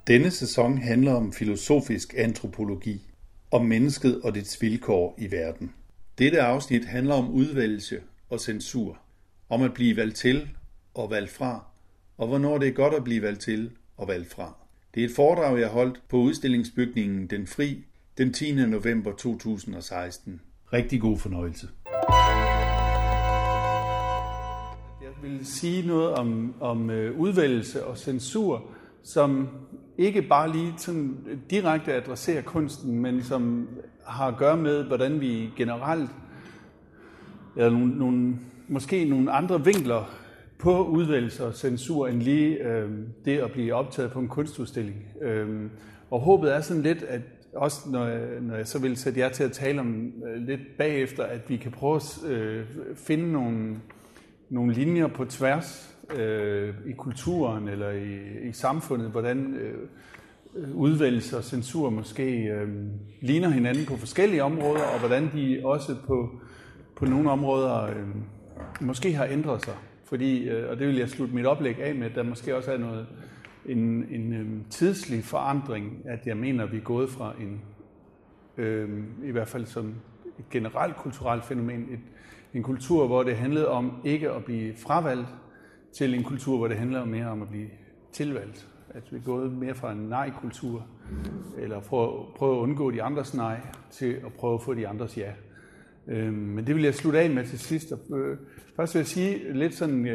Denne sæson handler om filosofisk antropologi, om mennesket og dets vilkår i verden. Dette afsnit handler om udvælgelse og censur, om at blive valgt til og valgt fra, og hvornår det er godt at blive valgt til og valgt fra. Det er et foredrag, jeg holdt på udstillingsbygningen Den Fri den 10. november 2016. Rigtig god fornøjelse. Jeg vil sige noget om udvælgelse og censur, som ikke bare lige sådan direkte adresserer kunsten, men som har at gøre med, hvordan vi generelt, eller måske nogle andre vinkler på udvælgelse og censur, end lige det at blive optaget på en kunstudstilling. Og håbet er sådan lidt, at også når jeg så vil sætte jer til at tale om lidt bagefter, at vi kan prøve at finde nogle linjer på tværs i kulturen eller i samfundet, hvordan udvælgelse og censur måske ligner hinanden på forskellige områder, og hvordan de også på nogle områder måske har ændret sig. Fordi, og det vil jeg slutte mit oplæg af med, at der måske også er en tidslig forandring, at jeg mener, at vi er gået fra i hvert fald som et generelt kulturelt fænomen, en kultur, hvor det handlede om ikke at blive fravalgt, til en kultur, hvor det handler mere om at blive tilvalgt. At vi er gået mere fra en nej-kultur, eller prøve at undgå de andres nej, til at prøve at få de andres ja. Men det vil jeg slutte af med til sidst. Først vil jeg sige lidt sådan,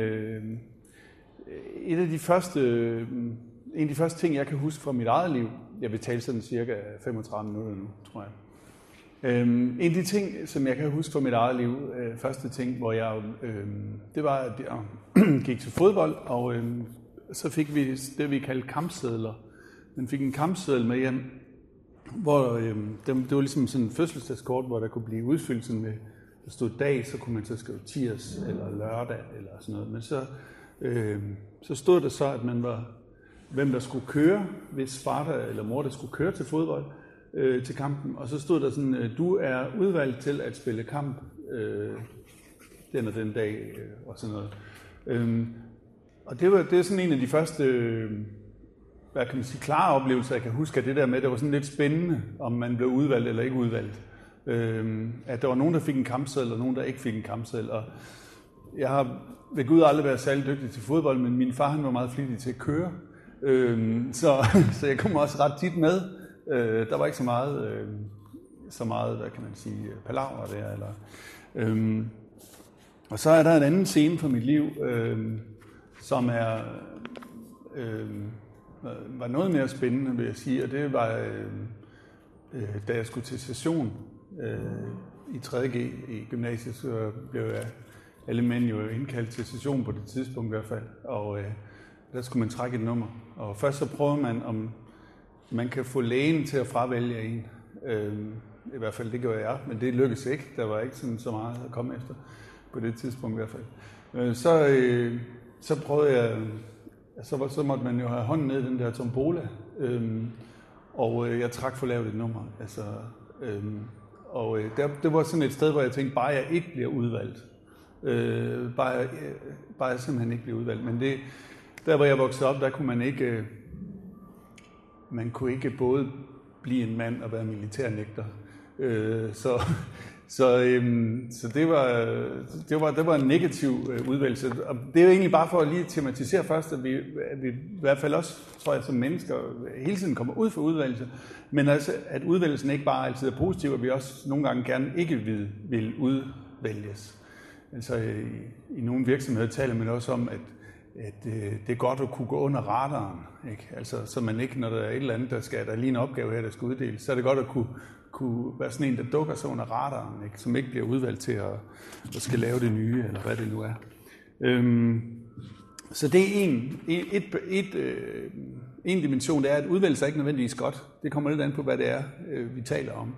en af de første ting, jeg kan huske fra mit eget liv, jeg vil tale sådan cirka 35 minutter nu, tror jeg. En af de ting, som jeg kan huske fra mit eget liv, første ting, hvor jeg, det var, at jeg gik til fodbold, og så fik vi det, vi kaldte kampsedler. Man fik en kampseddel med hjem, hvor det var ligesom sådan en fødselsdagskort, hvor der kunne blive udfyldt sådan med, der stod dag, så kunne man så skrive tirs eller lørdag eller sådan noget. Men så stod der så, at man var, hvem der skulle køre, hvis far eller mor der skulle køre til fodbold, til kampen, og så stod der sådan, du er udvalgt til at spille kamp den og den dag, og sådan noget. Og det er sådan en af de første, hvad kan man sige, klare oplevelser, jeg kan huske, at det der med, det var sådan lidt spændende, om man blev udvalgt eller ikke udvalgt. At der var nogen, der fik en kampseddel, og nogen, der ikke fik en kampseddel. Og jeg har ved Gud aldrig været særlig dygtig til fodbold, men min far, han var meget flittig til at køre. Så jeg kom også ret tit med. Der var ikke så meget, hvad kan man sige, palaver der. Eller, og så er der en anden scene fra mit liv, som var noget mere spændende, vil jeg sige. Og det var, da jeg skulle til session i 3.G i gymnasiet, så blev alle mænd jo indkaldt til session på det tidspunkt i hvert fald. Og der skulle man trække et nummer. Og først så prøver man, om man kan få lægen til at fravælge en. I hvert fald, det gjorde jeg, men det lykkedes ikke. Der var ikke sådan så meget at komme efter på det tidspunkt i hvert fald. Så prøvede jeg, så måtte man jo have hånden ned i den der tombola, og jeg trak for lavt et nummer. Altså, og det var sådan et sted, hvor jeg tænkte, bare jeg ikke bliver udvalgt. Bare jeg simpelthen ikke bliver udvalgt. Men der hvor jeg voksede op, der kunne man kunne ikke både blive en mand og være militærnægter. Så det var en negativ udvælgelse. Og det er jo egentlig bare for at lige tematisere først, at vi i hvert fald også, tror jeg, som mennesker hele tiden kommer ud for udvælgelse, men altså, at udvælgelsen ikke bare altid er positiv, og vi også nogle gange gerne ikke vil udvælges. Altså i nogle virksomheder taler man også om, at det er godt at kunne gå under radaren, ikke? Altså, så man ikke, når der er et eller andet, der er lige en opgave her, der skal uddeles, så er det godt at kunne være sådan en, der dukker sig under radaren, ikke? Som ikke bliver udvalgt til at skal lave det nye, eller hvad det nu er. Så det er en dimension, det er, at udvælgelse er ikke nødvendigvis godt. Det kommer lidt an på, hvad det er, vi taler om.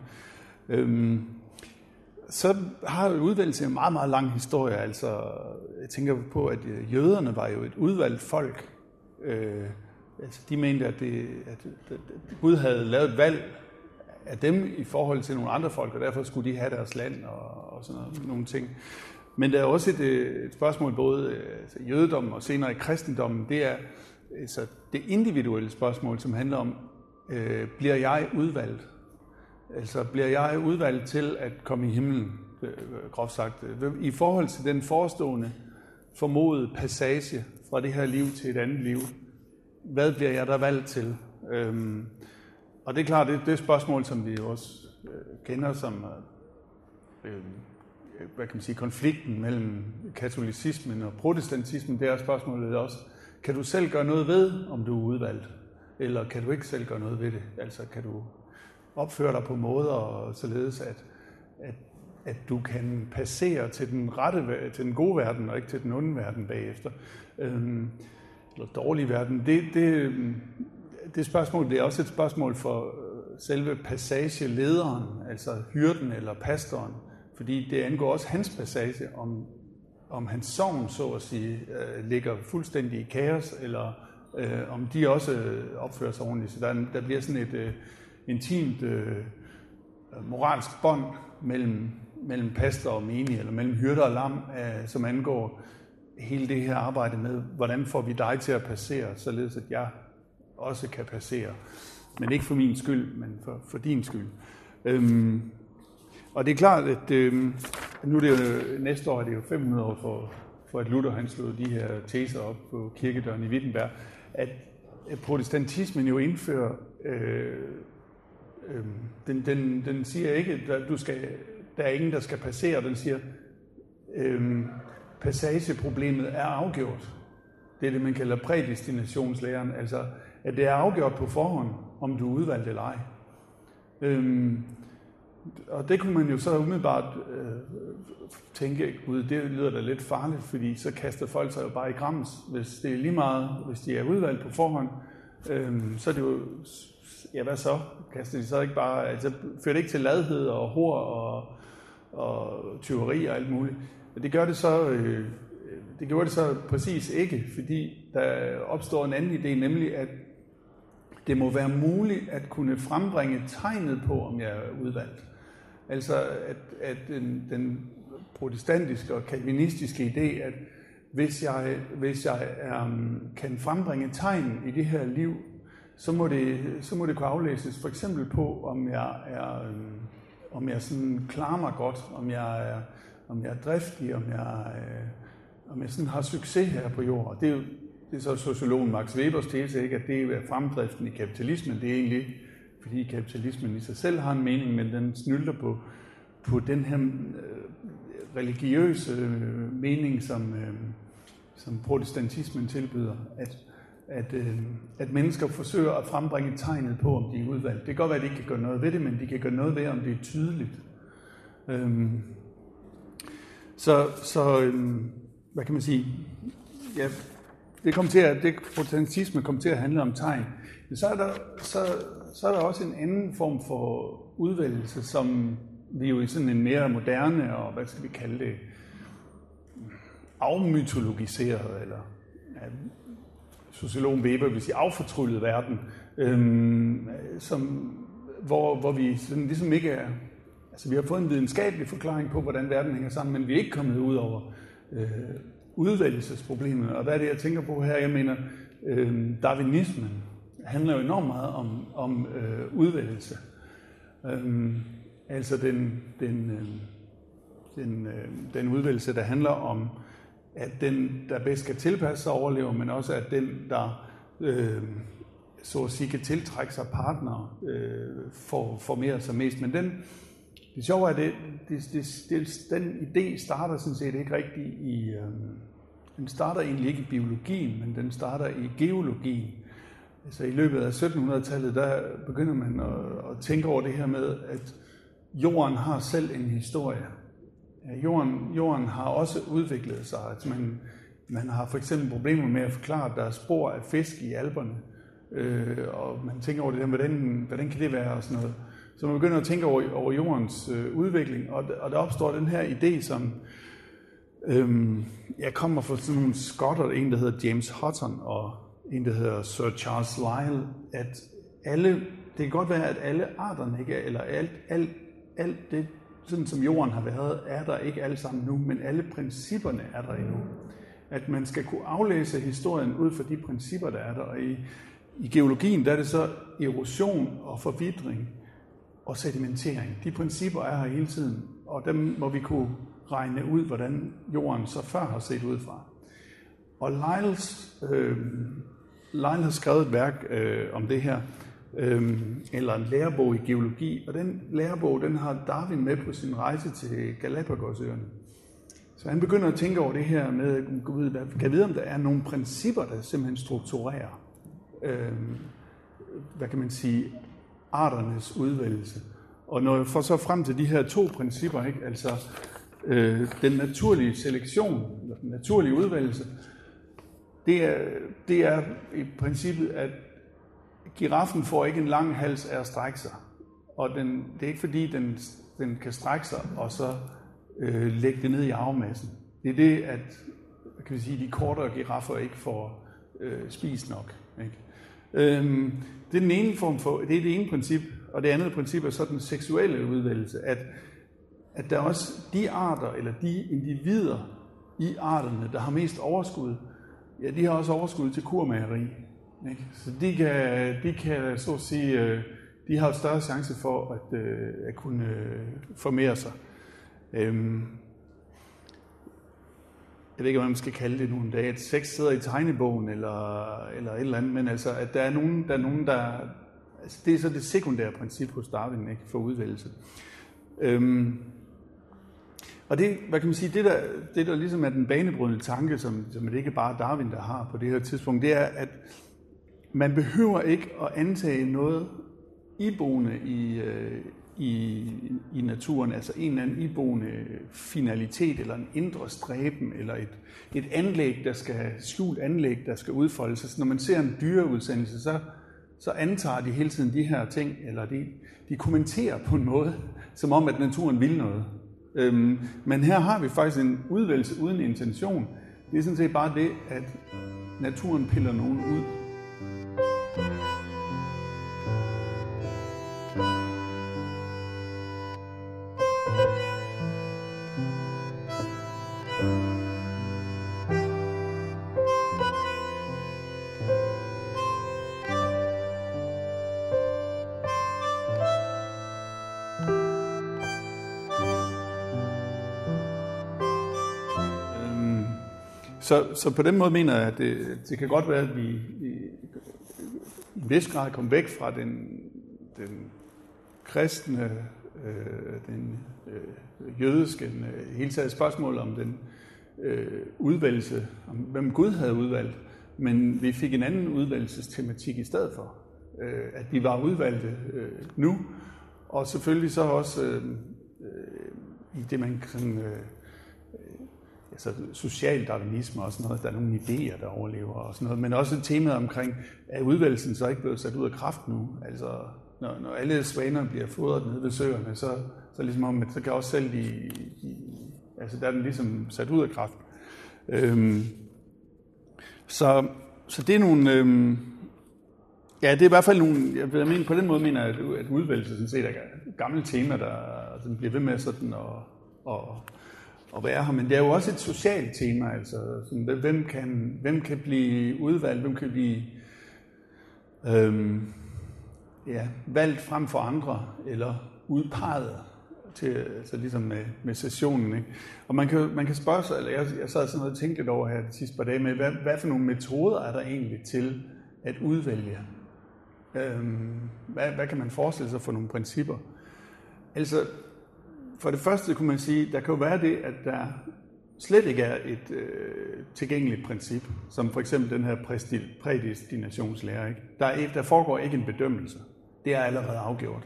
Så har udvælgelse en meget, meget lang historie. Altså, jeg tænker på, at jøderne var jo et udvalgt folk. Altså, de mente, at Gud havde lavet et valg af dem i forhold til nogle andre folk, og derfor skulle de have deres land og sådan nogle ting. Men der er også et spørgsmål, både jødedommen og senere i kristendommen, det er, altså det individuelle spørgsmål, som handler om, bliver jeg udvalgt? Altså bliver jeg udvalgt til at komme i himlen, groft sagt, i forhold til den forestående formodede passage fra det her liv til et andet liv? Hvad bliver jeg der valgt til? Og det er klart, det er et spørgsmål, som vi også kender som hvad kan man sige, konflikten mellem katolicismen og protestantismen. Det er spørgsmålet også, kan du selv gøre noget ved, om du er udvalgt? Eller kan du ikke selv gøre noget ved det? Altså kan du opføre dig på måder, således at du kan passere til til den gode verden, og ikke til den onde verden bagefter? Eller dårlige verden. Det spørgsmål, det er også et spørgsmål for selve passagelederen, altså hyrden eller pastoren, fordi det angår også hans passage, om hans sogn, så at sige, ligger fuldstændig i kaos, eller om de også opfører sig ordentligt. Så der bliver sådan et intimt moralsk bånd mellem pastor og menig, eller mellem hyrde og lam, som angår hele det her arbejde med, hvordan får vi dig til at passere, således at jeg også kan passere. Men ikke for min skyld, men for din skyld. Og det er klart, at nu er det jo, næste år er det jo 500 år for at Luther han slog de her teser op på kirkedøren i Wittenberg, at protestantismen jo indfører, den siger ikke, at der er ingen, der skal passere, den siger, passageproblemet er afgjort. Det er det, man kalder prædestinationslæren, altså at det er afgjort på forhånd, om du er udvalgt eller ej. Og det kunne man jo så umiddelbart tænke, gud, det lyder da lidt farligt, fordi så kaster folk sig jo bare i grams. Hvis det er lige meget, hvis de er udvalgt på forhånd, så er det jo, ja hvad så? Kaster de så ikke bare, altså fører det ikke til ladhed og hor og tyveri og alt muligt. Det gør det så, det gjorde det så præcis ikke, fordi der opstår en anden idé, nemlig at det må være muligt at kunne frembringe tegnet på, om jeg er udvalgt. Altså at den protestantiske og kalvinistiske idé, at hvis jeg kan frembringe tegn i det her liv, så må det kunne aflæses for eksempel på, om jeg sådan klarer mig godt, om jeg er driftig, om jeg sådan har succes her på jorden. Det er så sociologen Max Webers tese, ikke, at det er fremdriften i kapitalismen. Det er egentlig fordi kapitalismen i sig selv har en mening, men den snylter på den her religiøse mening, som protestantismen tilbyder, at mennesker forsøger at frembringe tegnet på, om de er udvalgt. Det kan godt være, at de ikke kan gøre noget ved det, men de kan gøre noget ved, om det er tydeligt. Hvad kan man sige? Ja, det protestantisme kommer til at handle om tegn. Men så er der også en anden form for udvælgelse, som vi jo i sådan en mere moderne, og hvad skal vi kalde det, afmytologiseret, eller sociologen Weber vil sige affortryllet verden, hvor vi sådan ligesom ikke er, altså vi har fået en videnskabelig forklaring på, hvordan verden hænger sammen, men vi er ikke kommet ud over udvælgelsesproblemet. Og hvad er det, jeg tænker på her? Jeg mener, darwinismen handler jo enormt meget om udvælgelse. Altså den udvælgelse, der handler om, at den, der bedst skal tilpasse sig, overlever, men også at den, der så at sige kan tiltrække sig partnere, formerer sig mest. Men det sjove er, den idé starter sådan set ikke rigtig i, den starter egentlig ikke i biologien, men den starter i geologien. Altså i løbet af 1700-tallet, der begynder man at tænke over det her med, at jorden har selv en historie. Jorden har også udviklet sig. Altså man har for eksempel problemer med at forklare, at der er spor af fisk i Alperne. Og man tænker over det der, hvordan kan det være og sådan noget. Så man begynder at tænke over jordens udvikling, og der opstår den her idé, som jeg kommer fra sådan nogle skotter, en der hedder James Hutton og en der hedder Sir Charles Lyell, at det kan godt være, at alle arterne ikke er, eller alt det, sådan som jorden har været, er der ikke alle sammen nu, men alle principperne er der endnu. at man skal kunne aflæse historien ud fra de principper, der er der. Og i geologien, der er det så erosion og forvitring og sedimentering. De principper er her hele tiden, og dem må vi kunne regne ud, hvordan jorden så før har set ud fra. Og Lyell har skrevet et værk om det her, eller en lærebog i geologi, og den lærebog, den har Darwin med på sin rejse til Galapagosøerne. Så han begynder at tænke over det her med, kan vide, om der er nogle principper, der simpelthen strukturerer, hvad kan man sige, arternes udvælgelse. Og når jeg får så frem til de her 2 principper, ikke? Altså den naturlige selektion, eller den naturlige udvælgelse, det er i princippet, at giraffen får ikke en lang hals af at strække sig. Og det er ikke fordi, den kan strække sig og så lægge det ned i arvemassen. Det er det, at kan vi sige, de kortere giraffer ikke får spist nok. Ikke? Det er den ene form for, det er det ene princip, og det andet princip er så den seksuelle udvælgelse, at der er også de arter, eller de individer i arterne, der har mest overskud, ja, de har også overskud til kurmageri. Ikke? Så de kan så at sige, de har et større chance for at kunne formere sig. Jeg ved ikke, hvad man skal kalde det nu en dag, at sex sidder i tegnebogen eller et eller andet, men altså, at der er nogen, der altså, det er så det sekundære princip hos Darwin, ikke, for udvælgelse. Og det, hvad kan man sige, det der ligesom er den banebrydende tanke, som det ikke bare Darwin, der har på det her tidspunkt, det er, at man behøver ikke at antage noget iboende i naturen, altså en eller anden iboende finalitet, eller en indre stræben, eller et anlæg, skjult anlæg, der skal udfolde sig. Så når man ser en dyreudsendelse, så antager de hele tiden de her ting, eller de kommenterer på en måde, som om, at naturen vil noget. Men her har vi faktisk en udvælgelse uden intention. Det er sådan set bare det, at naturen piller nogen ud. Så på den måde mener jeg, at det kan godt være, at vi i en vis grad kommer væk fra den kristne, den jødiske, hele taget spørgsmål om den udvælgelse, om hvem Gud havde udvalgt, men vi fik en anden udvælgelsestematik i stedet for, at vi var udvalgte nu, og selvfølgelig så også i det, man sådan... altså social darwinisme og sådan noget, der er nogle idéer, der overlever og sådan noget, men også temaet omkring, at udvælgelsen så ikke blevet sat ud af kraft nu. Altså, når alle svaner bliver fodret nede ved søerne, så ligesom om, at så kan også selv altså der er den ligesom sat ud af kraft. Så det er nogle, ja, det er i hvert fald nogle, jeg mener, på den måde mener jeg, at udvælgelse sådan set er et gammelt tema, der sådan bliver ved med sådan og være her, men det er jo også et socialt tema, altså sådan, hvem kan blive udvalgt, hvem kan blive valgt frem for andre, eller udpeget til, altså ligesom med sessionen, ikke? Og man kan spørge sig, eller jeg sad sådan noget og tænkte lidt over her de sidste par dage med, hvad for nogle metoder er der egentlig til at udvælge? Hvad kan man forestille sig for nogle principper? Altså, for det første kunne man sige, der kan jo være det, at der slet ikke er et tilgængeligt princip, som for eksempel den her prædestinationslære. Ikke? Der foregår ikke en bedømmelse. Det er allerede afgjort.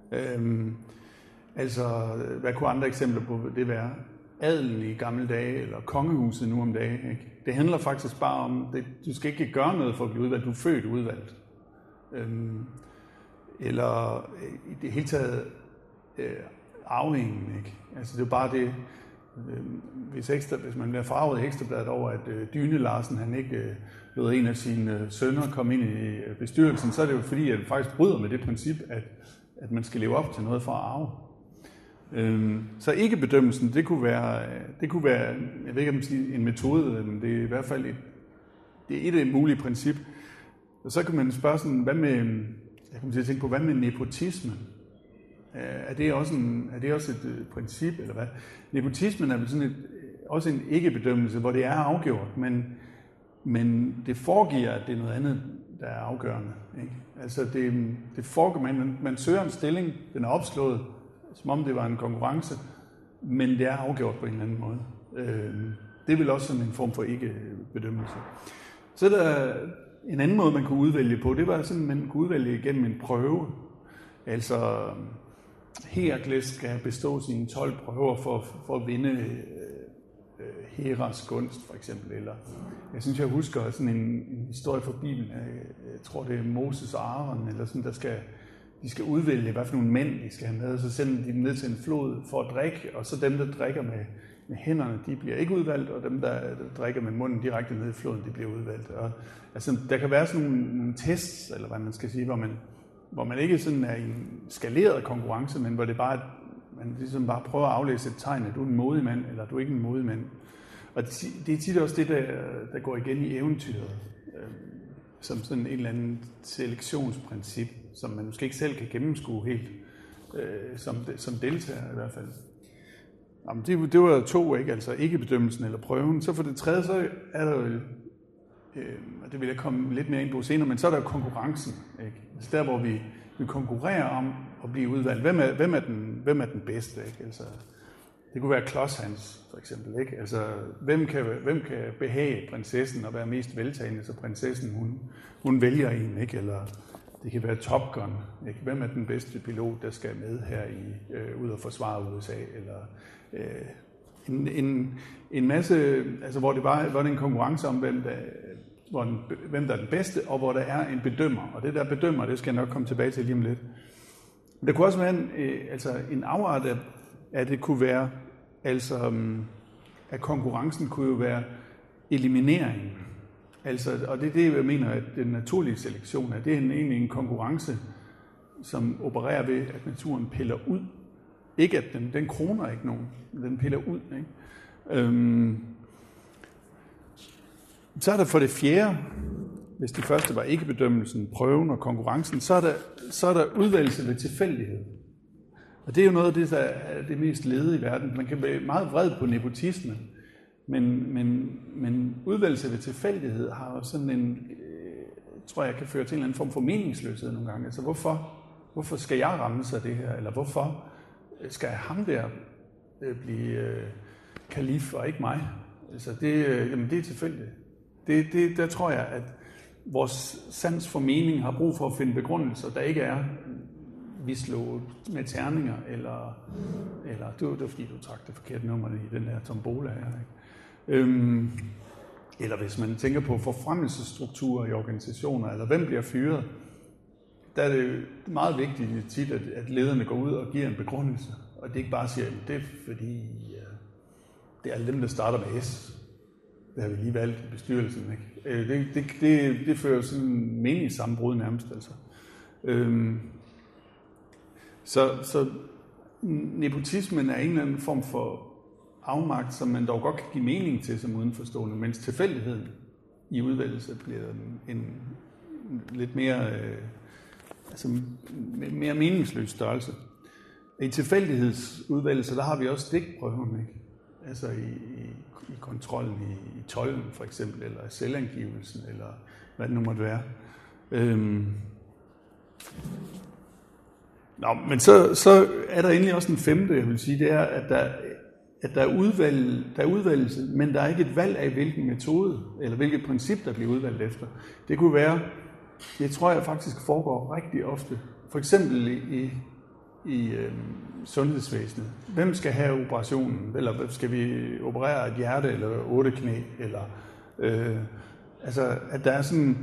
Altså, hvad kunne andre eksempler på det være? Adelen i gamle dage, eller kongehuset nu om dagen. Ikke? Det handler faktisk bare om, du skal ikke gøre noget for at blive udvalgt, du er født udvalgt. Eller i det hele taget arvingen, ikke? Altså det er jo bare det, hvis man bliver farvet i Ekstrabladet over, at Dyne Larsen, han ikke lod en af sine sønner komme ind i bestyrelsen, så er det jo fordi, at det faktisk bryder med det princip, at man skal leve op til noget for at arve. Så ikke-bedømmelsen, det kunne være, jeg ved ikke om sige en metode, men det er i hvert fald et muligt princip. Og så kan man spørge sådan, hvad med nepotismen? Er det også et princip, eller hvad? Nepotismen er vel sådan også en ikke-bedømmelse, hvor det er afgjort, men det foregiver, at det er noget andet, der er afgørende. Ikke? Altså det foregår, man søger en stilling, den er opslået, som om det var en konkurrence, men det er afgjort på en eller anden måde. Det er vel også sådan en form for ikke-bedømmelse. Så er der en anden måde, man kunne udvælge på, det var sådan, at man kunne udvælge gennem en prøve. Altså, Herakles skal bestå sine 12 prøver for at vinde Heras gunst, for eksempel. Eller, jeg synes, jeg husker sådan en historie fra Bibelen. Jeg tror, det er Moses og Aaron, eller sådan, de skal udvælge, hvad for nogle mænd de skal have med, og så sender de dem ned til en flod for at drikke, og så dem, der drikker med hænderne, de bliver ikke udvalgt, og dem, der drikker med munden direkte ned i floden, de bliver udvalgt. Og, altså, der kan være sådan nogle tests, eller hvad man skal sige, hvor man ikke sådan er i en skaleret konkurrence, men hvor det bare man ligesom bare prøver at aflæse et tegn, at du er en modig mand, eller du er ikke en modig mand. Og det er tit også det, der går igen i eventyret, som sådan et eller andet selektionsprincip, som man måske ikke selv kan gennemskue helt, som deltager i hvert fald. Jamen, det var 2, ikke? Altså ikke-bedømmelsen eller prøven. Så for det tredje, så er der jo, og det vil jeg komme lidt mere ind på senere, men så er der jo konkurrencen. Ikke? Altså der, hvor vi konkurrerer om at blive udvalgt. Hvem er den bedste? Ikke? Altså, det kunne være Klods-Hans, for eksempel. Ikke? Altså, hvem kan behage prinsessen og være mest veltagende, så prinsessen hun vælger en, ikke? Eller det kan være Top Gun. Ikke? Hvem er den bedste pilot, der skal med her ud og forsvare USA? Eller en masse, altså hvor det var en konkurrence om, hvem der er den bedste, og hvor der er en bedømmer. Og det der bedømmer, det skal jeg nok komme tilbage til lige om lidt. Men der kunne også være en afart af det kunne være, altså at konkurrencen kunne jo være eliminering. Altså, og det er det, jeg mener, at den naturlige selektion er. Det er egentlig en konkurrence, som opererer ved, at naturen piller ud. Ikke at den kroner ikke nogen, den piller ud. Ikke? Så er der for det fjerde, hvis det første var ikke-bedømmelsen, prøven og konkurrencen, så er der udvælgelse ved tilfældighed. Og det er jo noget af det, der er det mest ledige i verden. Man kan blive meget vred på nepotisme, men udvælgelse ved tilfældighed har jo sådan en, tror jeg, kan føre til en eller anden form for meningsløshed nogle gange. Altså hvorfor skal jeg rammes af det her? Eller hvorfor skal ham der blive kalif og ikke mig? Altså det er tilfældigt. Der tror jeg, at vores sans for mening har brug for at finde begrundelser, der ikke er, vi slog med terninger, eller det var fordi, du trak det forkerte nummer i den her tombola her. Ikke? Eller hvis man tænker på forfremmelsesstrukturer i organisationer, eller hvem bliver fyret, der er det meget vigtigt tit, at lederne går ud og giver en begrundelse, og det ikke bare siger, at det er fordi, det er alle dem, der starter med S. Det har vi lige valgt i bestyrelsen. Ikke? Det fører sådan en meningssammenbrud nærmest. Altså. Så nepotismen er en eller anden form for afmagt, som man dog godt kan give mening til som udenforstående, mens tilfældigheden i udvælgelse bliver en lidt mere, mere meningsløs størrelse. I tilfældighedsudvælgelse, der har vi også stikprøven, ikke? Altså i kontrollen i tolden for eksempel, eller selvangivelsen, eller hvad det nu måtte være. Men så er der endelig også en femte, jeg vil sige, det er, at der er udvælgelse, men der er ikke et valg af, hvilken metode, eller hvilket princip, der bliver udvalgt efter. Det kunne være, det tror jeg faktisk foregår rigtig ofte, for eksempel i sundhedsvæsenet. Hvem skal have operationen? Eller skal vi operere et hjerte eller 8 knæ? Eller, at der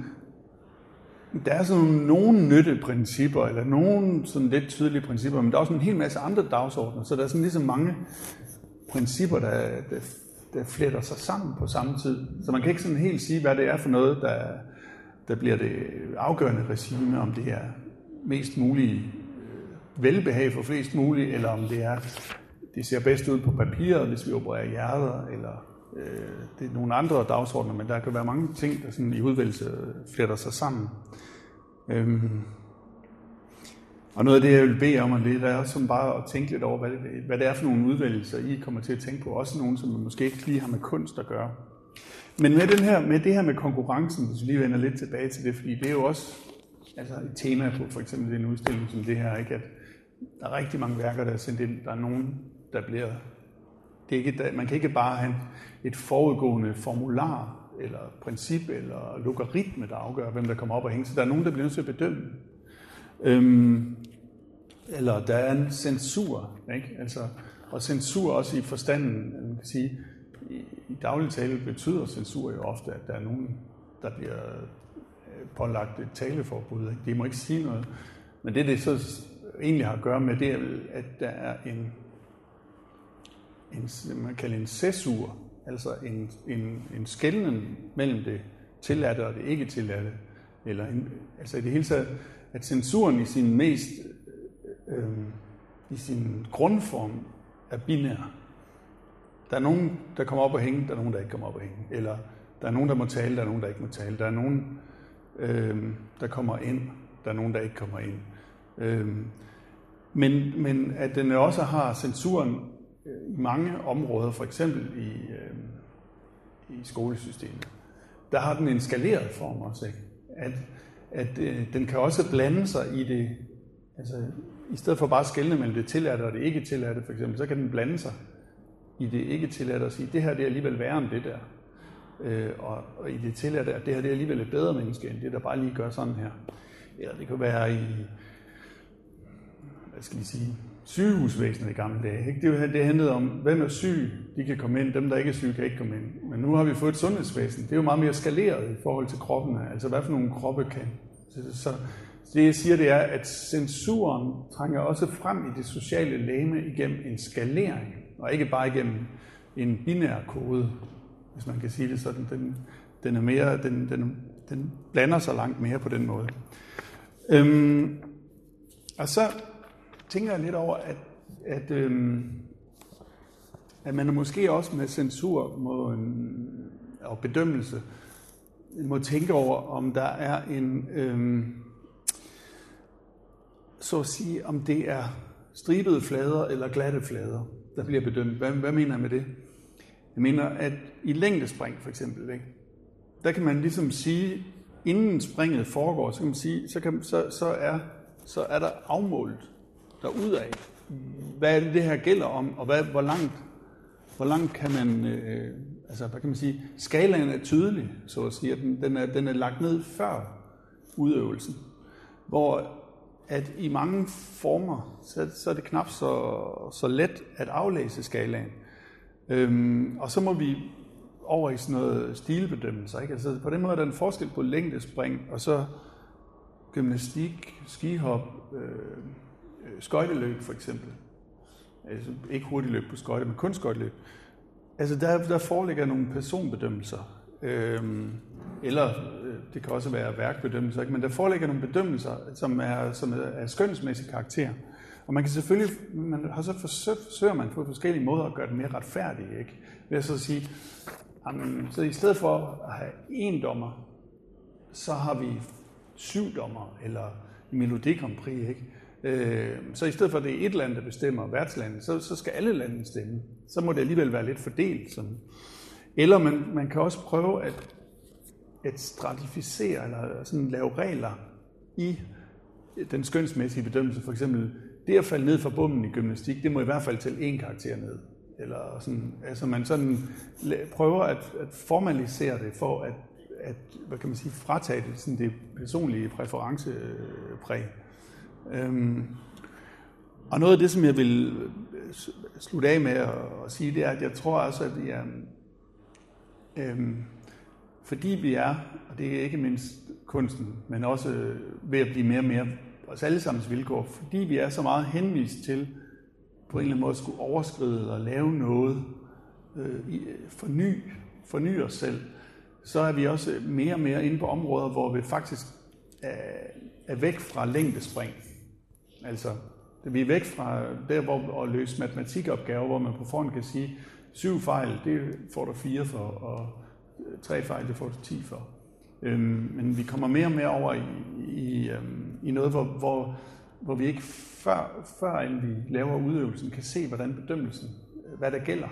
er sådan nogle nytteprincipper, eller nogle sådan lidt tydelige principper, men der er også en hel masse andre dagsordner, så der er sådan ligesom mange principper, der fletter sig sammen på samme tid. Så man kan ikke sådan helt sige, hvad det er for noget, der bliver det afgørende regime, om det er mest mulige velbehag for flest muligt, eller om det ser bedst ud på papiret, hvis vi opererer hjerter, eller det er nogle andre dagsordner, men der kan være mange ting, der sådan i udvælgelse fletter sig sammen. Og noget af det, jeg vil bede om, det er sådan bare at tænke lidt over, hvad det er for nogle udvælgelser, I kommer til at tænke på. Også nogle, som måske ikke lige har med kunst at gøre. Men med det her med konkurrencen, hvis vi lige vender lidt tilbage til det, fordi det er jo også et tema på for eksempel en udstilling som det her, ikke? At der er rigtig mange værker, der er sendt ind. Der er nogen, der bliver... man kan ikke bare have et forudgående formular, eller princip, eller logaritme, der afgør, hvem der kommer op og hænge. Så der er nogen, der bliver nødt til at bedømme. Eller der er en censur, ikke? Og censur også i forstanden, man kan sige, i daglig tale betyder censur jo ofte, at der er nogen, der bliver pålagt et taleforbud, ikke? De må ikke sige noget. Men det så egentlig har at gøre med, det er, at der er man kalder en cæsur, altså en skelnen mellem det tilladte og det ikke tilladte. Eller i det hele taget, at censuren i sin i sin grundform er binær. Der er nogen, der kommer op og hænge, der er nogen, der ikke kommer op og hænge. Eller der er nogen, der må tale, der er nogen, der ikke må tale. Der er nogen, der kommer ind, der er nogen, der ikke kommer ind. Men at den også har censuren i mange områder, for eksempel i skolesystemet, der har den en skaleret form også, ikke? At den kan også blande sig i det, i stedet for bare at skelne mellem det tilladte og det ikke tilladte, for eksempel, så kan den blande sig i det ikke tilladte og sige, det her det er alligevel værre end det der. Og i det tilladte, at det her det er alligevel et bedre menneske, end det, der bare lige gør sådan her. Eller det kan være i, sygehusvæsenet i gamle dage. Ikke? Det handlede om, hvem er syg, de kan komme ind, dem der ikke er syge kan ikke komme ind. Men nu har vi fået et sundhedsvæsen. Det er jo meget mere skaleret i forhold til kroppene. Altså hvad for nogle kroppe kan. Så det jeg siger, det er, at censuren trænger også frem i det sociale legeme igennem en skalering, og ikke bare igennem en binær kode, hvis man kan sige det sådan. Den er mere, den blander sig langt mere på den måde. Og så tænker jeg lidt over, at man måske også med censur og bedømmelse må tænke over, om der er så at sige, om det er stribede flader eller glatte flader, der bliver bedømt. Hvad mener jeg med det? Jeg mener, at i længdespring for eksempel, ikke? Der kan man ligesom sige, inden springet foregår, så kan man sige, så er der afmålt derudad. Hvad er det her gælder om, og hvor langt kan man, hvad kan man sige, skalaen er tydelig, så at sige, at den er lagt ned før udøvelsen, hvor at i mange former, så er det knap så let at aflæse skalaen. Og så må vi over i sådan noget stilbedømmelse, ikke? Altså på den måde er der en forskel på længdespring, og så gymnastik, skihop, skøjteløb for eksempel. Altså ikke hurtigløb på skøjter, men kun skøjteløb. Altså der foreligger nogle personbedømmelser, eller det kan også være værkbedømmelser, ikke? Men der foreligger nogle bedømmelser, som er skønsmæssig karakter. Og man kan selvfølgelig, forsøger man på forskellige måder at gøre det mere retfærdigt, ikke? Ved at så sige, så i stedet for at have 1 dommer, så har vi 7 dommer, eller Melodi Grand Prix, ikke? Så i stedet for at det er et land, der bestemmer værtslandet, så skal alle lande stemme. Så må det alligevel være lidt fordelt. Sådan. Eller man kan også prøve at stratificere, eller sådan lave regler i den skønsmæssige bedømmelse. For eksempel, det at falde ned fra bommen i gymnastik, det må i hvert fald tælle 1 karakter ned. Eller sådan, altså man sådan prøver at formalisere det for at hvad kan man sige, fratage det, sådan det personlige præferencepræg. Og noget af det, som jeg vil slutte af med at sige, det er, at jeg tror også, at vi er, fordi vi er, og det er ikke mindst kunsten, men også ved at blive mere og mere os allesammens vilkår, fordi vi er så meget henvist til på en eller anden måde at skulle overskride og lave noget, forny os selv, så er vi også mere og mere inde på områder, hvor vi faktisk er væk fra længdespring. Altså Vi er væk fra der, hvor at løse matematikopgaver, hvor man på forhånd kan sige, 7 fejl, det får du 4 for, og 3 fejl, det får du 10 for. Men vi kommer mere og mere over i noget, hvor vi ikke før end vi laver udøvelsen, kan se, hvordan bedømmelsen, hvad der gælder.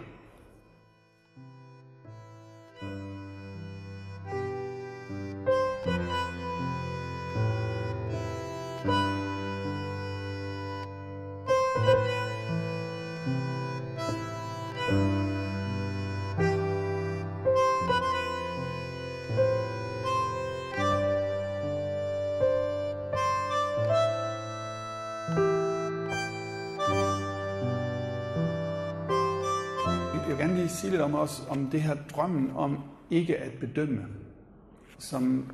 Jeg vil gerne lige sige lidt om det her drømmen om ikke at bedømme, som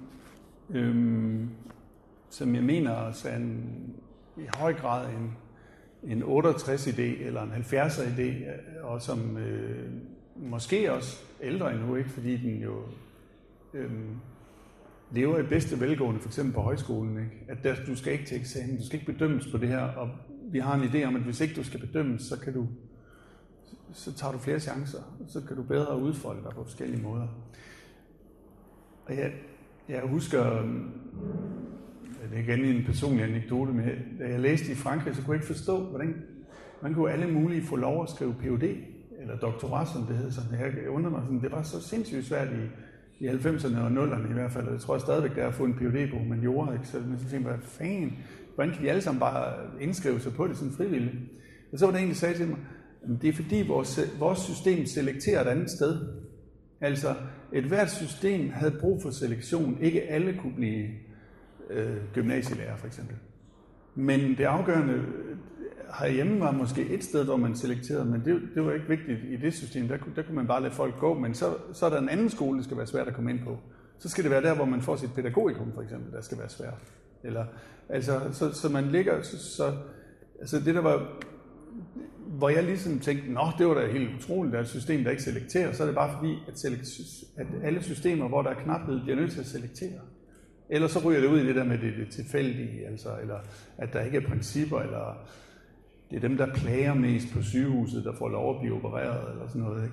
jeg mener også er i høj grad en 68-idé eller en 70'er-idé, og som måske også ældre endnu, ikke, fordi den jo lever i bedste velgående, for eksempel på højskolen, ikke? At du skal ikke til eksamen, du skal ikke bedømmes på det her, og vi har en idé om, at hvis ikke du skal bedømmes, så tager du flere chancer, og så kan du bedre udfolde dig på forskellige måder. Og jeg husker, det er igen en personlig anekdote, med, da jeg læste i Frankrig, så kunne jeg ikke forstå, hvordan man kunne alle mulige få lov at skrive Ph.D. eller doktorat, som det hed. Sådan. Jeg undrer mig, sådan, det var så sindssygt svært i 90'erne og 0'erne i hvert fald, og jeg tror jeg stadigvæk, der er at få en Ph.D. på humaniora, ikke? Så man tænkte, hvad fanden, hvordan kan de alle sammen bare indskrive sig på det sådan frivilligt? Og så var der en, der sagde til mig, det er fordi vores system selekterer et andet sted. Altså, et hvert system havde brug for selektion. Ikke alle kunne blive gymnasielærer, for eksempel. Men det afgørende herhjemme var måske et sted, hvor man selekterede, men det var ikke vigtigt i det system. Der kunne man bare lade folk gå, men så er der en anden skole, der skal være svært at komme ind på. Så skal det være der, hvor man får sit pædagogikum, for eksempel, der skal være svært. Eller, altså, så man ligger... altså det, der var... Hvor jeg ligesom tænkte, det var da helt utroligt, der er et system, der ikke selekterer, så er det bare fordi, at alle systemer, hvor der er knaphed, bliver nødt til at selektere. Ellers så ryger det ud i det der med det tilfældige, altså, eller at der ikke er principper, eller det er dem, der plager mest på sygehuset, der får lov at blive opereret, eller sådan noget.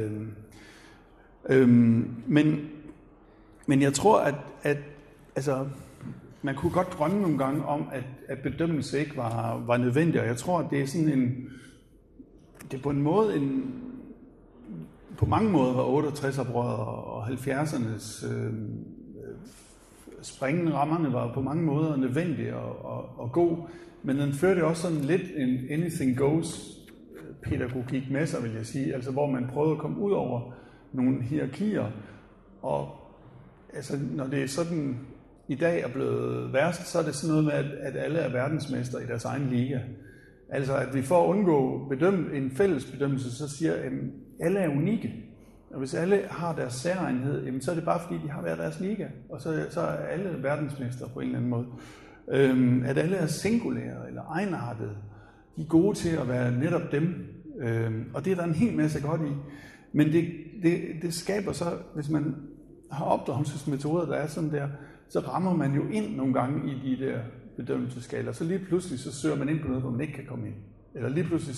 Ikke? Men jeg tror, at altså, man kunne godt drømme nogle gange om, at bedømmelse ikke var nødvendig, og jeg tror, at det er sådan det er på en måde på mange måder var 68-oprøret og 70'ernes springende rammerne var på mange måder nødvendige og god, men den førte også sådan lidt en anything goes pædagogik med sig, vil jeg sige, altså hvor man prøvede at komme ud over nogle hierarkier, og altså når det er sådan i dag er blevet værst, så er det sådan noget med, at alle er verdensmester i deres egen liga. Altså, at vi for at undgå en fælles bedømmelse, så siger, at alle er unikke. Og hvis alle har deres særegenhed, så er det bare fordi, de har været deres liga. Og så er alle verdensmester på en eller anden måde. At alle er singulære eller egenartede. De er gode til at være netop dem. Og det er der en hel masse godt i. Men det skaber så, hvis man har opdragelsesmetoder, der er sådan der, så rammer man jo ind nogle gange i de der bedømmelsesskaler. Så lige pludselig så søger man ind på noget, hvor man ikke kan komme ind. Eller lige pludselig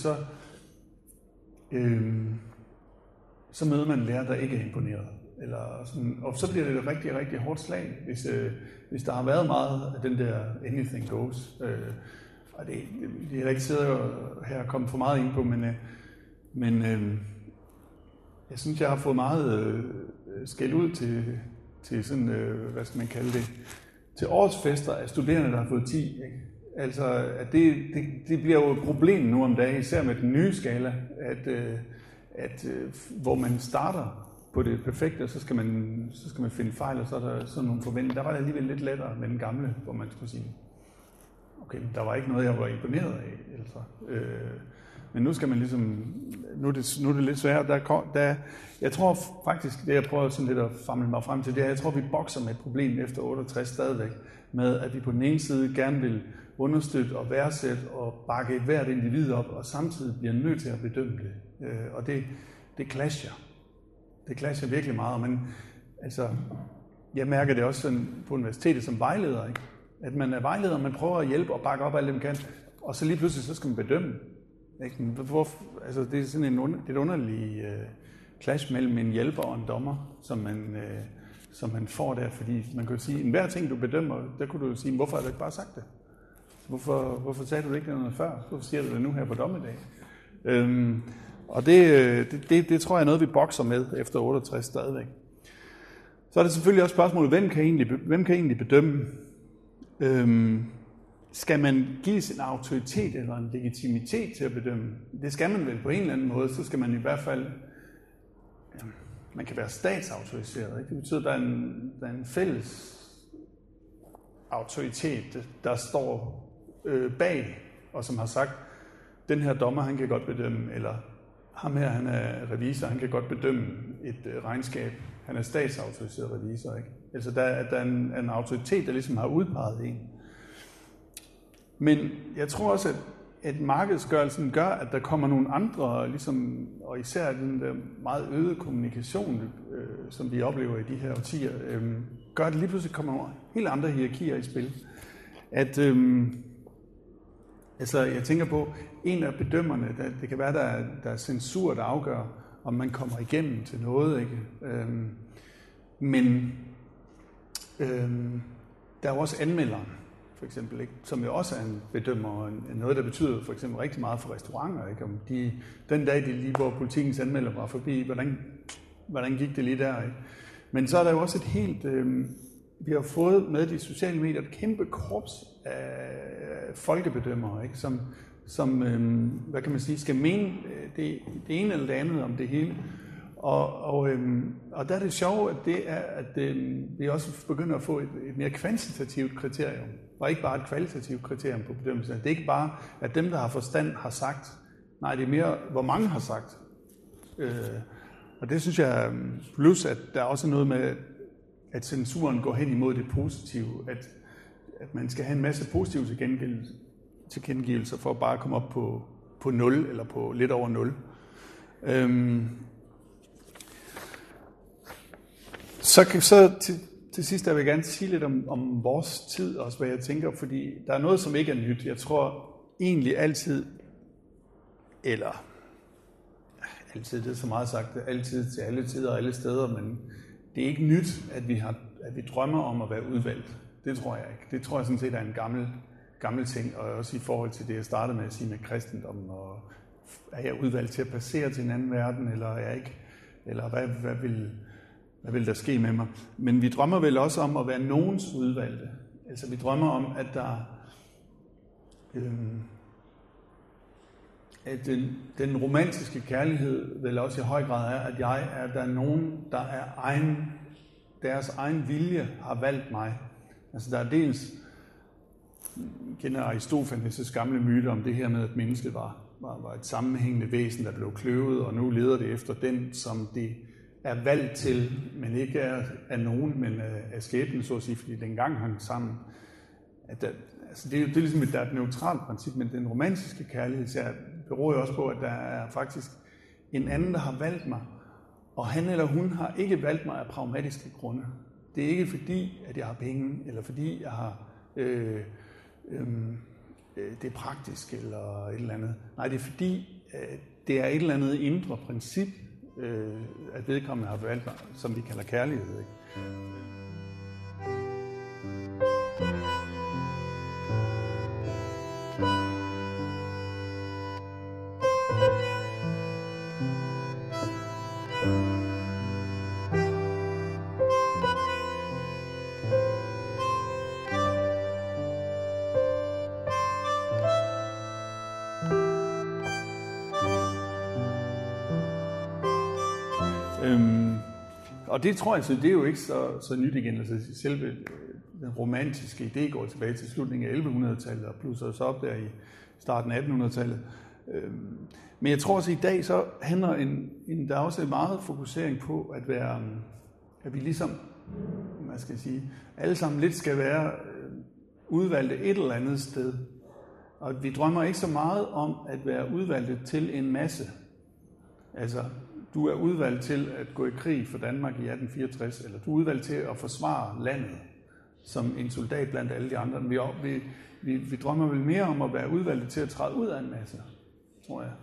så møder man en lærer, der ikke er imponeret. Eller sådan, og så bliver det et rigtig, rigtig hårdt slag, hvis der har været meget af den der anything goes. Og det er ikke siddet her og kommet for meget ind på, men jeg synes, jeg har fået meget skæld ud til sådan, hvad skal man kalde det, til årsfester af studerende, der har fået 10. Ikke? Altså, at det bliver jo et problem nu om dagen, især med den nye skala, at hvor man starter på det perfekte, så skal man finde fejl, og så er der sådan nogle forventninger. Der var det alligevel lidt lettere med den gamle, hvor man skulle sige, okay, der var ikke noget, jeg var imponeret af. Altså. Men nu skal man ligesom, nu er det lidt sværere. Jeg tror faktisk, det jeg prøver sådan lidt at famle mig frem til, det er, jeg tror, vi bokser med et problem efter 68 stadigvæk, med at vi på den ene side gerne vil understøtte og værdsætte og bakke hvert individ op, og samtidig bliver nødt til at bedømme det. Og det clasher. Det clasher virkelig meget. Men altså, jeg mærker det også sådan på universitetet som vejleder, ikke? At man er vejleder, man prøver at hjælpe og bakke op alle dem kan. og så lige pludselig så skal man bedømme. Ikke? Altså, det er sådan et underligt clash mellem en hjælper og en dommer, som man får der, fordi man kan jo sige, enhver ting du bedømmer, der kunne du jo sige, hvorfor har du ikke bare sagt det? Hvorfor sagde du det ikke noget før? Hvorfor siger du det nu her på dommedag? Og det tror jeg er noget, vi bokser med efter 68 stadigvæk. Så er det selvfølgelig også spørgsmålet, hvem kan egentlig bedømme? Skal man give sin autoritet eller en legitimitet til at bedømme? Det skal man vel på en eller anden måde, så skal man i hvert fald, man kan være statsautoriseret. Ikke? Det betyder, at der er en fælles autoritet, der står bag, og som har sagt, den her dommer, han kan godt bedømme, eller ham her, han er revisor, han kan godt bedømme et regnskab. Han er statsautoriseret revisor, ikke? Altså der er en autoritet, der ligesom har udpeget en. Men jeg tror også, at markedsgørelsen gør, at der kommer nogle andre, ligesom, og især den der meget øgede kommunikation, som vi oplever i de her årtier, gør, at lige pludselig kommer helt andre hierarkier i spil. At, altså, jeg tænker på, en af bedømmerne, det kan være, der er censur, der afgør, om man kommer igennem til noget, ikke? Men der er jo også anmelderen, for eksempel, ikke? Som jo også er en bedømmer, noget, der betyder for eksempel rigtig meget for restauranter, ikke? Om den dag, hvor Politikens anmelder var forbi, hvordan gik det lige der, ikke? Men så er der jo også et helt, vi har fået med de sociale medier et kæmpe korps af folkebedømmere, ikke? Som hvad kan man sige, skal mene det ene eller det andet om det hele. Og der er det sjove, at det er, at vi også begynder at få et mere kvantitativt kriterium, og ikke bare et kvalitativt kriterium på bedømmelsen. Det er ikke bare, at dem, der har forstand, har sagt. Nej, det er mere, hvor mange har sagt. Og det synes jeg, plus at der er også noget med, at censuren går hen imod det positive, at man skal have en masse positive tilkendegivelser for at bare komme op på 0 eller på lidt over 0. Så til sidst jeg vil gerne sige lidt om vores tid, også hvad jeg tænker, fordi der er noget, som ikke er nyt. Jeg tror egentlig altid, eller altid, det er så meget sagt, altid til alle tider og alle steder, men det er ikke nyt, at vi drømmer om at være udvalgt. Det tror jeg ikke. Det tror jeg sådan set er en gammel ting, og også i forhold til det, jeg startede med at sige med kristendom, og er jeg udvalgt til at passere til en anden verden, eller er jeg ikke, eller hvad vil der ske med mig? Men vi drømmer vel også om at være nogens udvalgte. Altså vi drømmer om, at at den romantiske kærlighed vel også i høj grad er, at der er nogen, der er deres egen vilje har valgt mig. Altså der er dels, kender Aristofanes' gamle myte om det her med, at mennesket var et sammenhængende væsen, der blev kløvet, og nu leder det efter den, som det er valgt til, men ikke af nogen, men af skæbnen, så at sige, fordi den gang hang sammen. Altså det er ligesom der er et neutralt princip, men den romantiske kærlighed beror jo også på, at der er faktisk en anden, der har valgt mig, og han eller hun har ikke valgt mig af pragmatiske grunde. Det er ikke fordi, at jeg har penge, eller fordi jeg har det er praktisk, eller et eller andet. Nej, det er fordi, det er et eller andet indre princip, at vedkommende har valgt mig, som vi kalder kærlighed. Ikke? Og det tror jeg, så det er jo ikke så nyt igen. Altså selve den romantiske idé går tilbage til slutningen af 1100-tallet og plusser så op der i starten af 1800-tallet. Men jeg tror også, at i dag så handler der er også meget fokusering på at vi ligesom, hvad skal jeg sige, alle sammen lidt skal være udvalgte et eller andet sted. Og vi drømmer ikke så meget om at være udvalgte til en masse. Altså, du er udvalgt til at gå i krig for Danmark i 1864, eller du er udvalgt til at forsvare landet. som en soldat blandt alle de andre. Vi drømmer vel mere om at være udvalgte til at træde ud af en masse, tror jeg.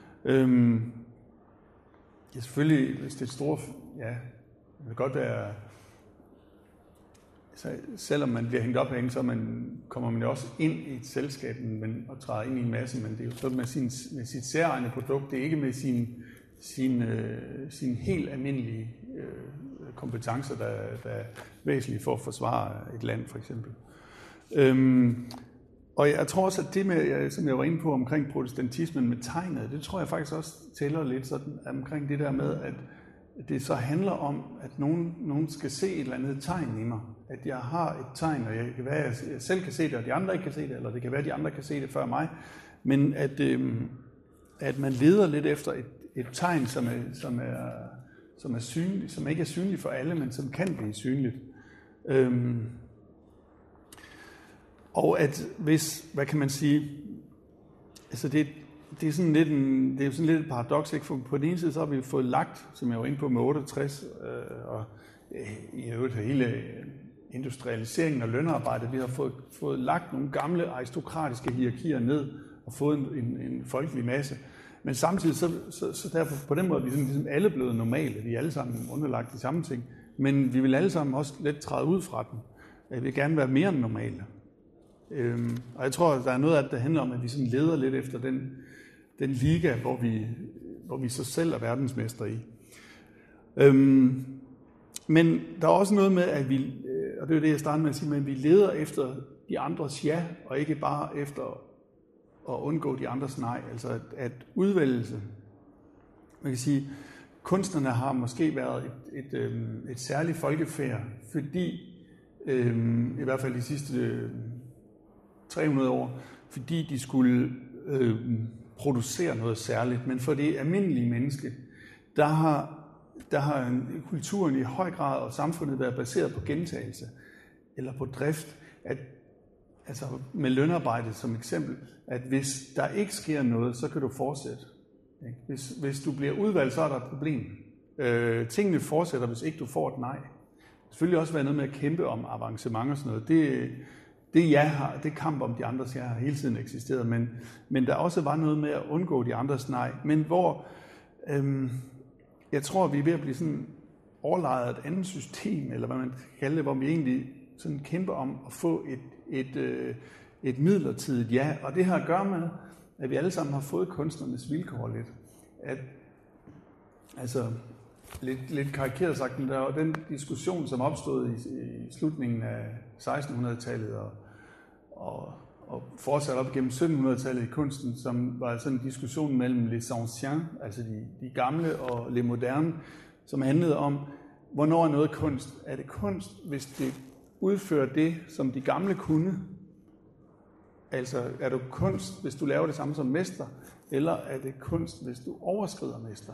Ja, selvfølgelig, hvis det er stort, ja, det vil godt være, altså, selvom man bliver hængt op herinde, så kommer man jo også ind i et selskab og træder ind i en masse, men det er jo sådan med sit særegne produkt, det er ikke med sin helt almindelige kompetencer, der er væsentlige for at forsvare et land, for eksempel. Og jeg tror også, at det med, som jeg var inde på omkring protestantismen med tegnet, det tror jeg faktisk også tæller lidt sådan omkring det der med, at det så handler om, at nogen skal se et eller andet tegn i mig. At jeg har et tegn, og jeg kan være, at jeg selv kan se det, og de andre ikke kan se det, eller det kan være, at de andre kan se det før mig. Men at man leder lidt efter et tegn, som er synligt, som ikke er synligt for alle, men som kan blive synligt. Og at hvis, hvad kan man sige, altså det er sådan lidt det er jo sådan lidt et paradoks, ikke? For på den ene side, så har vi fået lagt, som jeg var inde på med 68, og i øvrigt hele industrialiseringen og lønarbejdet, vi har fået lagt nogle gamle aristokratiske hierarkier ned og fået en folkelig masse. Men samtidig så derfor på den måde er vi ligesom alle blevet normale. Vi er alle sammen underlagt de samme ting, men vi vil alle sammen også lidt træde ud fra den. Vi vil gerne være mere end normale. Og jeg tror, at der er noget af det, der handler om, at vi sådan leder lidt efter den liga, hvor vi så selv er verdensmestre i. Men der er også noget med, at vi, og det er jo det, jeg startede med at sige, at vi leder efter de andres ja, og ikke bare efter at undgå de andres nej. Altså at udvælgelse, man kan sige, kunstnerne har måske været et særligt folkefærd, fordi, i hvert fald de sidste 300 år, fordi de skulle producere noget særligt. Men for det almindelige menneske, der har kulturen i høj grad og samfundet været baseret på gentagelse eller på drift. Altså med lønarbejde som eksempel, at hvis der ikke sker noget, så kan du fortsætte. Hvis du bliver udvalgt, så er der et problem. Tingene fortsætter, hvis ikke du får et nej. Selvfølgelig også været noget med at kæmpe om avancement og sådan noget. Det kamp om de andres ja har hele tiden eksisteret, men der også var noget med at undgå de andres nej. Men hvor jeg tror, vi er ved at blive sådan overlejet af et andet system, eller hvad man kan kalde det, hvor vi egentlig sådan kæmper om at få et midlertidigt ja. Og det har at gøre med, at vi alle sammen har fået kunstnernes vilkår lidt. Altså lidt karikeret sagt, der var den diskussion, som opstod i slutningen af 1600-tallet og fortsat op gennem 1700-tallet i kunsten, som var sådan en diskussion mellem les anciens, altså de gamle, og les modernes, som handlede om, hvornår er noget kunst. Er det kunst, hvis det udfører det, som de gamle kunne? Altså, er det kunst, hvis du laver det samme som mester, eller er det kunst, hvis du overskrider mester?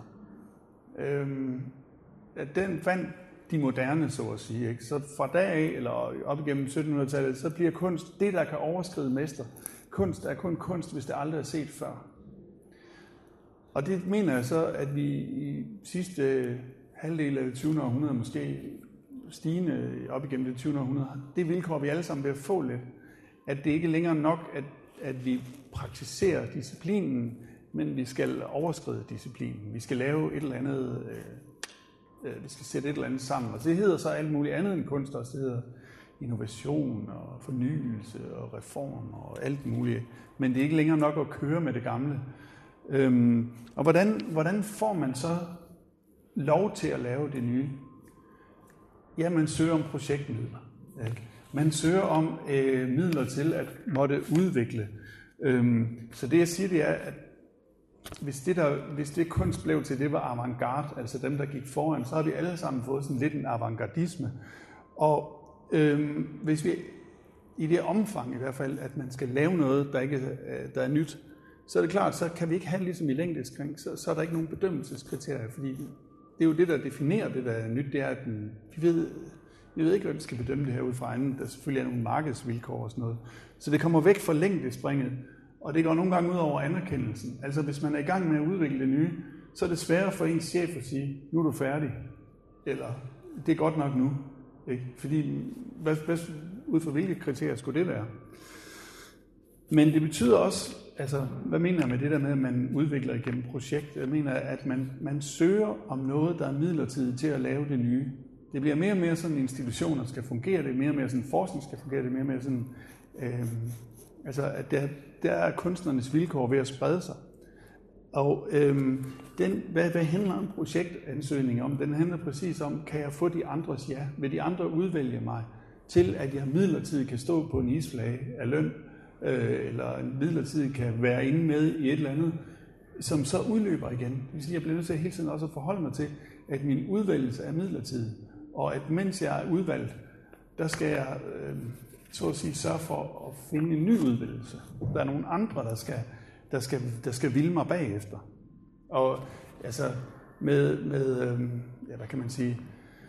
Den fandt de moderne, så at sige. Ikke? Så fra dag af, eller op igennem 1700-tallet, så bliver kunst det, der kan overskride mester. Kunst er kun kunst, hvis det aldrig er set før. Og det mener jeg så, at vi i sidste halvdel af det 20. århundrede, måske stigende op igennem det 20. århundrede, det vilkår, vi alle sammen vil få lidt, at det ikke længere nok, at vi praktiserer disciplinen, men vi skal overskride disciplinen. Vi skal lave et eller andet, vi skal sætte et eller andet sammen. Og det hedder så alt muligt andet end kunst også. Det hedder innovation og fornyelse og reform og alt muligt. Men det er ikke længere nok at køre med det gamle. Og hvordan får man så lov til at lave det nye? Ja, man søger om projektmidler. Man søger om midler til at måtte udvikle. Så det jeg siger, det er, at hvis det kunst blev til, det var avantgarde, altså dem, der gik foran, så har vi alle sammen fået sådan lidt en avantgardisme. Og hvis vi i det omfang i hvert fald, at man skal lave noget, der er nyt, så er det klart, så kan vi ikke have ligesom i længdeskring, så er der ikke nogen bedømmelseskriterier, fordi det er jo det, der definerer det, der er nyt, det er, at vi ved ikke, hvem skal bedømme det her ud fra anden. Der selvfølgelig er nogle markedsvilkår og sådan noget. Så det kommer væk fra længdespringet, og det går nogle gange ud over anerkendelsen. Altså hvis man er i gang med at udvikle det nye, så er det sværere for ens chef at sige, nu er du færdig, eller det er godt nok nu. Ikke? Fordi Ud fra hvilke kriterier skulle det være? Men det betyder også, altså, hvad mener jeg med det der med, at man udvikler igennem projekt? Jeg mener, at man søger om noget, der er midlertidigt til at lave det nye. Det bliver mere og mere sådan, institutioner skal fungere, det er mere og mere sådan, forskning skal fungere, det er mere og mere sådan, altså, at der er kunstnernes vilkår ved at sprede sig. Og hvad handler en projektansøgning om? Den handler præcis om, kan jeg få de andres ja? Vil de andre udvælge mig til, at jeg midlertidigt kan stå på en isflage af løn, eller midlertidigt kan være inde med i et eller andet, som så udløber igen. Det vil sige, at jeg bliver nødt til hele tiden også at forholde mig til, at min udvælgelse er midlertidig, og at mens jeg er udvalgt, der skal jeg så at sige sørge for at finde en ny udvælgelse. Der er nogle andre, der skal ville mig bagefter. Og altså med hvad kan man sige,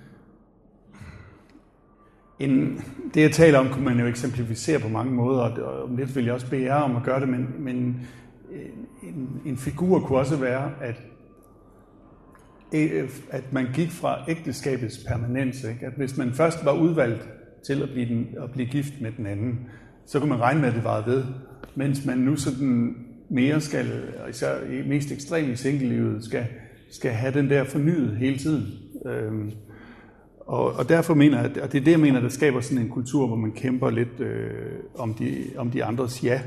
det jeg taler om, kunne man jo eksemplificere på mange måder, og om lidt vil jeg også bede jer om at gøre det, men en figur kunne også være, at man gik fra ægteskabets permanens, ikke? At hvis man først var udvalgt til at blive gift med den anden, så kunne man regne med, at det varede ved, mens man nu sådan mere skal, især mest ekstremt i singlelivet, skal have den der fornyet hele tiden. Og derfor mener jeg, og det er det, jeg mener, der skaber sådan en kultur, hvor man kæmper lidt om de andres ja.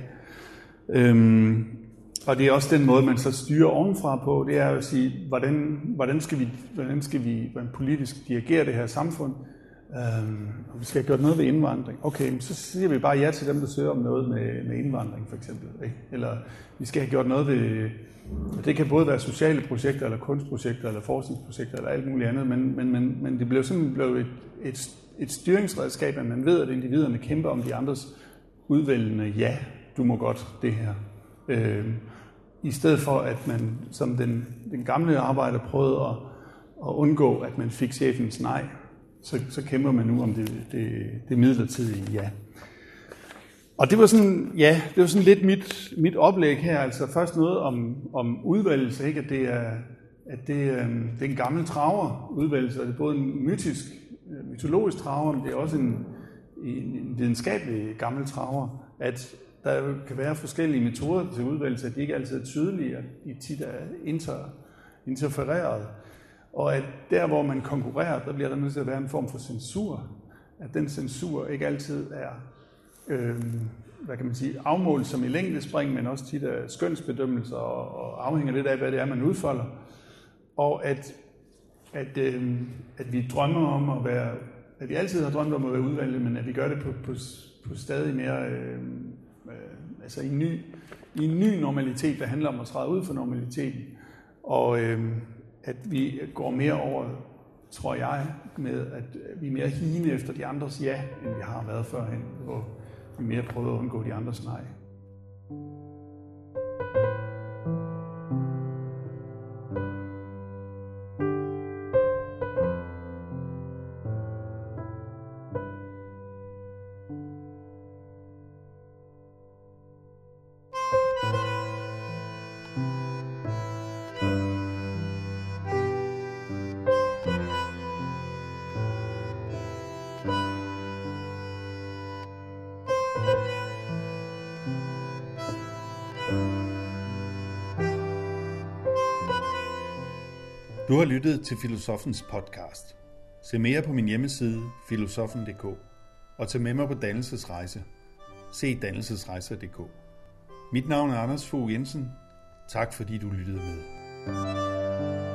Og det er også den måde, man så styrer ovenfra på, det er at sige, hvordan skal vi politisk dirigere det her samfund? Vi skal have gjort noget ved indvandring. Okay, så siger vi bare ja til dem, der søger om noget med indvandring, for eksempel. Ikke? Eller vi skal have gjort noget ved... Det kan både være sociale projekter, eller kunstprojekter, eller forskningsprojekter, eller alt muligt andet, men det blev simpelthen et styringsredskab, at man ved, at individerne kæmper om de andres udvælgende, ja, du må godt det her. I stedet for, at man, som den gamle arbejder, prøvede at undgå, at man fik chefens nej, så kæmper man nu om det midlertidige ja. Og det var sådan, ja, det var sådan lidt mit oplæg her, altså først noget om udvælgelse, ikke? At det er en gammel traverudvælgelse, og det er både en mytologisk traver, men det er også en videnskabelig gammel traver, at der kan være forskellige metoder til udvælgelse, at de ikke altid er tydelige, at de tit er interfereret. Og at der, hvor man konkurrerer, der bliver der nødt til at være en form for censur. At den censur ikke altid er, hvad kan man sige, afmålt som i længdespring, men også tit af skønsbedømmelser og afhænger lidt af, hvad det er, man udfolder. Og at vi drømmer om at være, at vi altid har drømt om at være udvalgt, men at vi gør det på stadig mere, altså i en ny normalitet, der handler om at træde ud for normaliteten. Og at vi går mere over, tror jeg, med at vi er mere higende efter de andres ja, end vi har været førhen, hvor vi mere prøver at undgå de andres nej. Du har lyttet til Filosofens podcast. Se mere på min hjemmeside filosofen.dk og tag med mig på dannelsesrejse. Se dannelsesrejser.dk. Mit navn er Anders Fogh Jensen. Tak fordi du lyttede med.